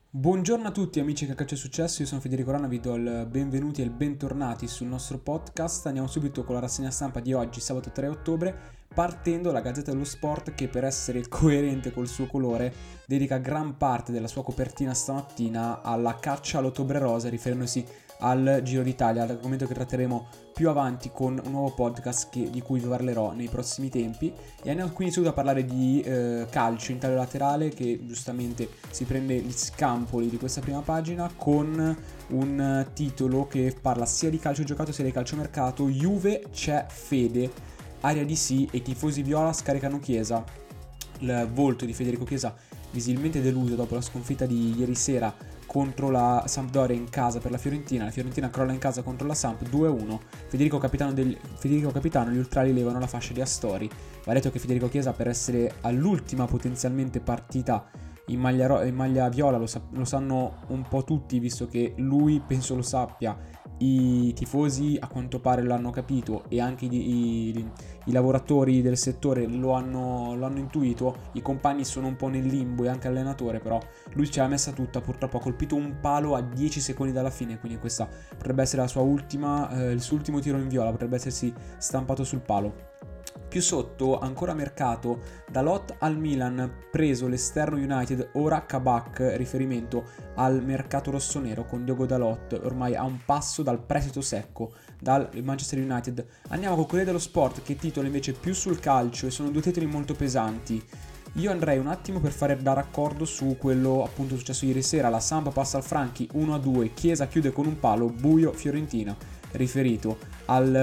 Buongiorno a tutti amici che Calcio è Successo, io sono Federico Rana, vi do il benvenuti e il bentornati sul nostro podcast. Andiamo subito con la rassegna stampa di oggi, sabato 3 ottobre, partendo dalla Gazzetta dello Sport che, per essere coerente col suo colore, dedica gran parte della sua copertina stamattina alla caccia all'ottobre rosa, riferendosi al Giro d'Italia, l'argomento che tratteremo più avanti con un nuovo podcast di cui vi parlerò nei prossimi tempi. E andiamo quindi subito a parlare di calcio in taglio laterale, che giustamente si prende gli scampoli di questa prima pagina con un titolo che parla sia di calcio giocato sia di calciomercato. Juve c'è fede, aria di sì e i tifosi viola scaricano Chiesa. Il volto di Federico Chiesa visibilmente deluso dopo la sconfitta di ieri sera contro la Sampdoria in casa per la Fiorentina crolla in casa contro la Samp 2-1. Federico Capitano, gli ultrali levano la fascia di Astori. Va detto che Federico Chiesa, per essere all'ultima potenzialmente partita in maglia viola, lo sanno un po' tutti, visto che lui penso lo sappia, i tifosi a quanto pare l'hanno capito e anche i lavoratori del settore lo hanno intuito. I compagni sono un po' nel limbo e anche l'allenatore, però lui ce l'ha messa tutta. Purtroppo ha colpito un palo a 10 secondi dalla fine, quindi questa potrebbe essere il suo ultimo tiro in viola, potrebbe essersi stampato sul palo. Più sotto, ancora mercato, Dalot al Milan, preso l'esterno United, ora Kabak, riferimento al mercato rossonero con Diogo Dalot, ormai a un passo dal prestito secco dal Manchester United. Andiamo con Corriere dello Sport, che titola invece più sul calcio, e sono due titoli molto pesanti. Io andrei un attimo per fare da raccordo su quello appunto successo ieri sera. La Samp passa al Franchi 1-2, Chiesa chiude con un palo, buio Fiorentina, riferito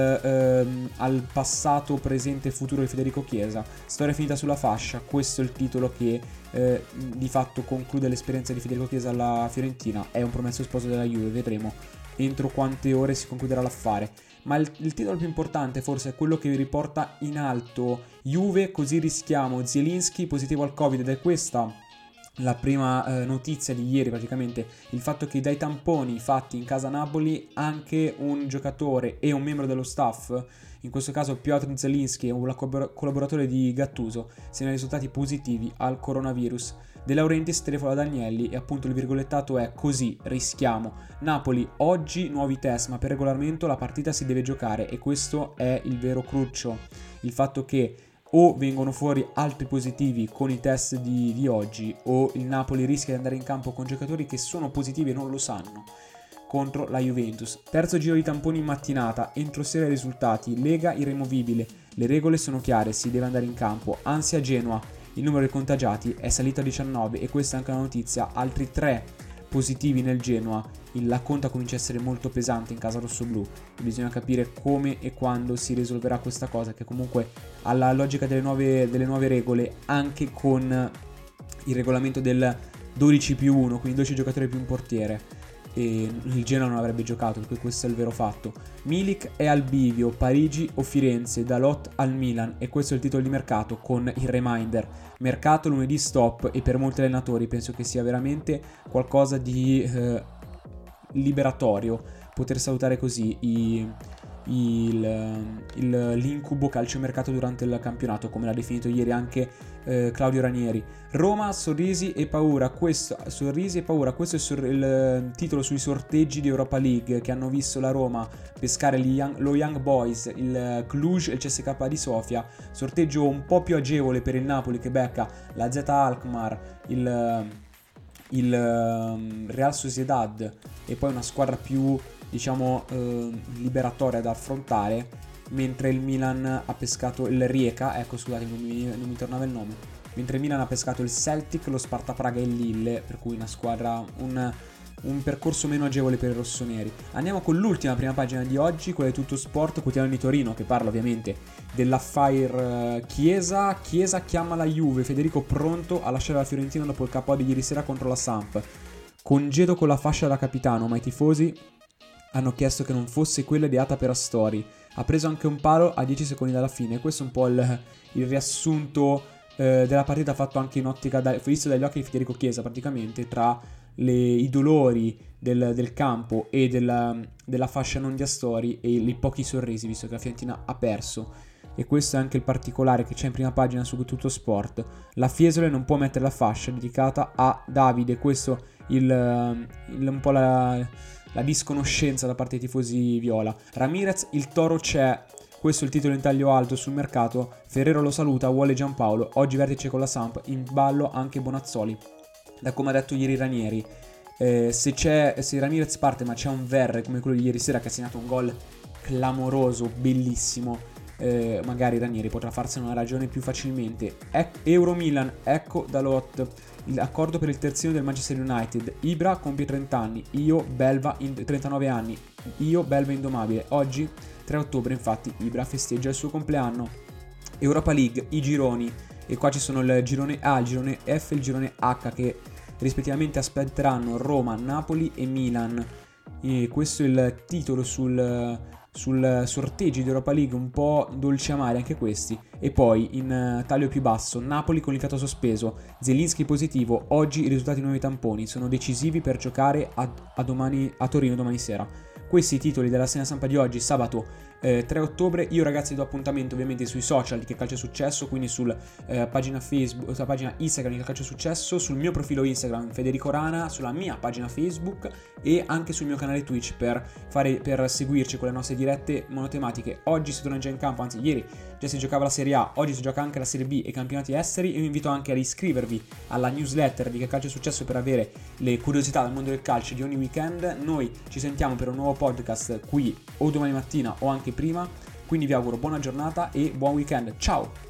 al passato, presente e futuro di Federico Chiesa. Storia finita sulla fascia, questo è il titolo che di fatto conclude l'esperienza di Federico Chiesa alla Fiorentina. È un promesso sposo della Juve, vedremo entro quante ore si concluderà l'affare. Ma il titolo più importante forse è quello che vi riporta in alto: Juve, così rischiamo, Zielinski positivo al Covid. Ed è questa la prima notizia di ieri, praticamente il fatto che dai tamponi fatti in casa Napoli anche un giocatore e un membro dello staff, in questo caso Piotr Zielinski, un collaboratore di Gattuso, siano risultati positivi al coronavirus. De Laurentiis telefona ad Agnelli e appunto il virgolettato è: così rischiamo. Napoli, oggi nuovi test, ma per regolamento la partita si deve giocare, e questo è il vero cruccio, il fatto che o vengono fuori altri positivi con i test di oggi, o il Napoli rischia di andare in campo con giocatori che sono positivi e non lo sanno, contro la Juventus. Terzo giro di tamponi in mattinata, entro sera i risultati, Lega irremovibile, le regole sono chiare, si deve andare in campo. Ansia Genoa, il numero di contagiati è salito a 19 e questa è anche una notizia, altri 3 positivi nel Genoa. La conta comincia a essere molto pesante in casa rossoblù e bisogna capire come e quando si risolverà questa cosa, che comunque ha la logica delle nuove regole, anche con il regolamento del 12+1, quindi 12 giocatori più un portiere, e il Genoa non avrebbe giocato, perché questo è il vero fatto. Milik è al bivio, Parigi o Firenze, Dalot al Milan, e questo è il titolo di mercato con il reminder: mercato lunedì stop. E per molti allenatori penso che sia veramente qualcosa di liberatorio poter salutare così l'incubo calciomercato durante il campionato, come l'ha definito ieri anche Claudio Ranieri. Roma, sorrisi e paura, questo è il titolo sui sorteggi di Europa League, che hanno visto la Roma pescare lo Young Boys, il Cluj e il CSKA di Sofia. Sorteggio un po' più agevole per il Napoli, che becca la Z Alkmaar, il Real Sociedad e poi una squadra più, diciamo, liberatoria da affrontare, mentre il Milan ha pescato il Rijeka, ecco, scusate, non mi tornava il nome, mentre il Milan ha pescato il Celtic, lo Sparta Praga e il Lille, per cui una squadra, un percorso meno agevole per i rossoneri. Andiamo con l'ultima prima pagina di oggi, quella di Tutto Sport, quotidiano di Torino, che parla ovviamente dell'affair Chiesa. Chiesa chiama la Juve, Federico pronto a lasciare la Fiorentina dopo il KO di ieri sera contro la Samp. Congedo con la fascia da capitano, ma i tifosi hanno chiesto che non fosse quella ideata per Astori. Ha preso anche un palo a 10 secondi dalla fine. Questo è un po' il riassunto della partita, fatto anche in ottica visto dagli occhi di Federico Chiesa, praticamente, tra i dolori del campo e della fascia non di Astori e i pochi sorrisi, visto che la Fiorentina ha perso. E questo è anche il particolare che c'è in prima pagina su Tutto Sport. La Fiesole non può mettere la fascia dedicata a Davide, questo un po' la disconoscenza da parte dei tifosi viola. Ramirez, il toro c'è, questo è il titolo in taglio alto sul mercato. Ferrero lo saluta, vuole Giampaolo, oggi vertice con la Samp, in ballo anche Bonazzoli. Da come ha detto ieri Ranieri, se Ramirez parte ma c'è un Verre come quello di ieri sera che ha segnato un gol clamoroso, bellissimo, magari Ranieri potrà farsene una ragione più facilmente. Euro-Milan, ecco Dalot, l'accordo per il terzino del Manchester United. Ibra compie 30 anni, io Belva 39 anni, io Belva indomabile. Oggi 3 ottobre infatti Ibra festeggia il suo compleanno. Europa League, i gironi, e qua ci sono il girone A, il girone F e il girone H che rispettivamente aspetteranno Roma, Napoli e Milan. E questo è il titolo sul sorteggi di Europa League, un po' dolci amari anche questi. E poi in taglio più basso, Napoli con il fiato sospeso, Zelinski positivo, oggi i risultati nuovi tamponi sono decisivi per giocare a Torino domani sera. Questi i titoli della rassegna stampa di oggi, sabato 3 ottobre. Io ragazzi do appuntamento ovviamente sui social di Che Calcio è Successo, quindi sulla pagina Facebook, sulla pagina Instagram di Che Calcio è Successo, sul mio profilo Instagram Federico Rana, sulla mia pagina Facebook e anche sul mio canale Twitch per seguirci con le nostre dirette monotematiche. Oggi si torna già in campo, anzi ieri già si giocava la Serie A, oggi si gioca anche la Serie B e i campionati esteri. Io vi invito anche ad iscrivervi alla newsletter di Che Calcio è Successo per avere le curiosità dal mondo del calcio di ogni weekend. Noi ci sentiamo per un nuovo podcast qui o domani mattina o anche prima, quindi vi auguro buona giornata e buon weekend. Ciao!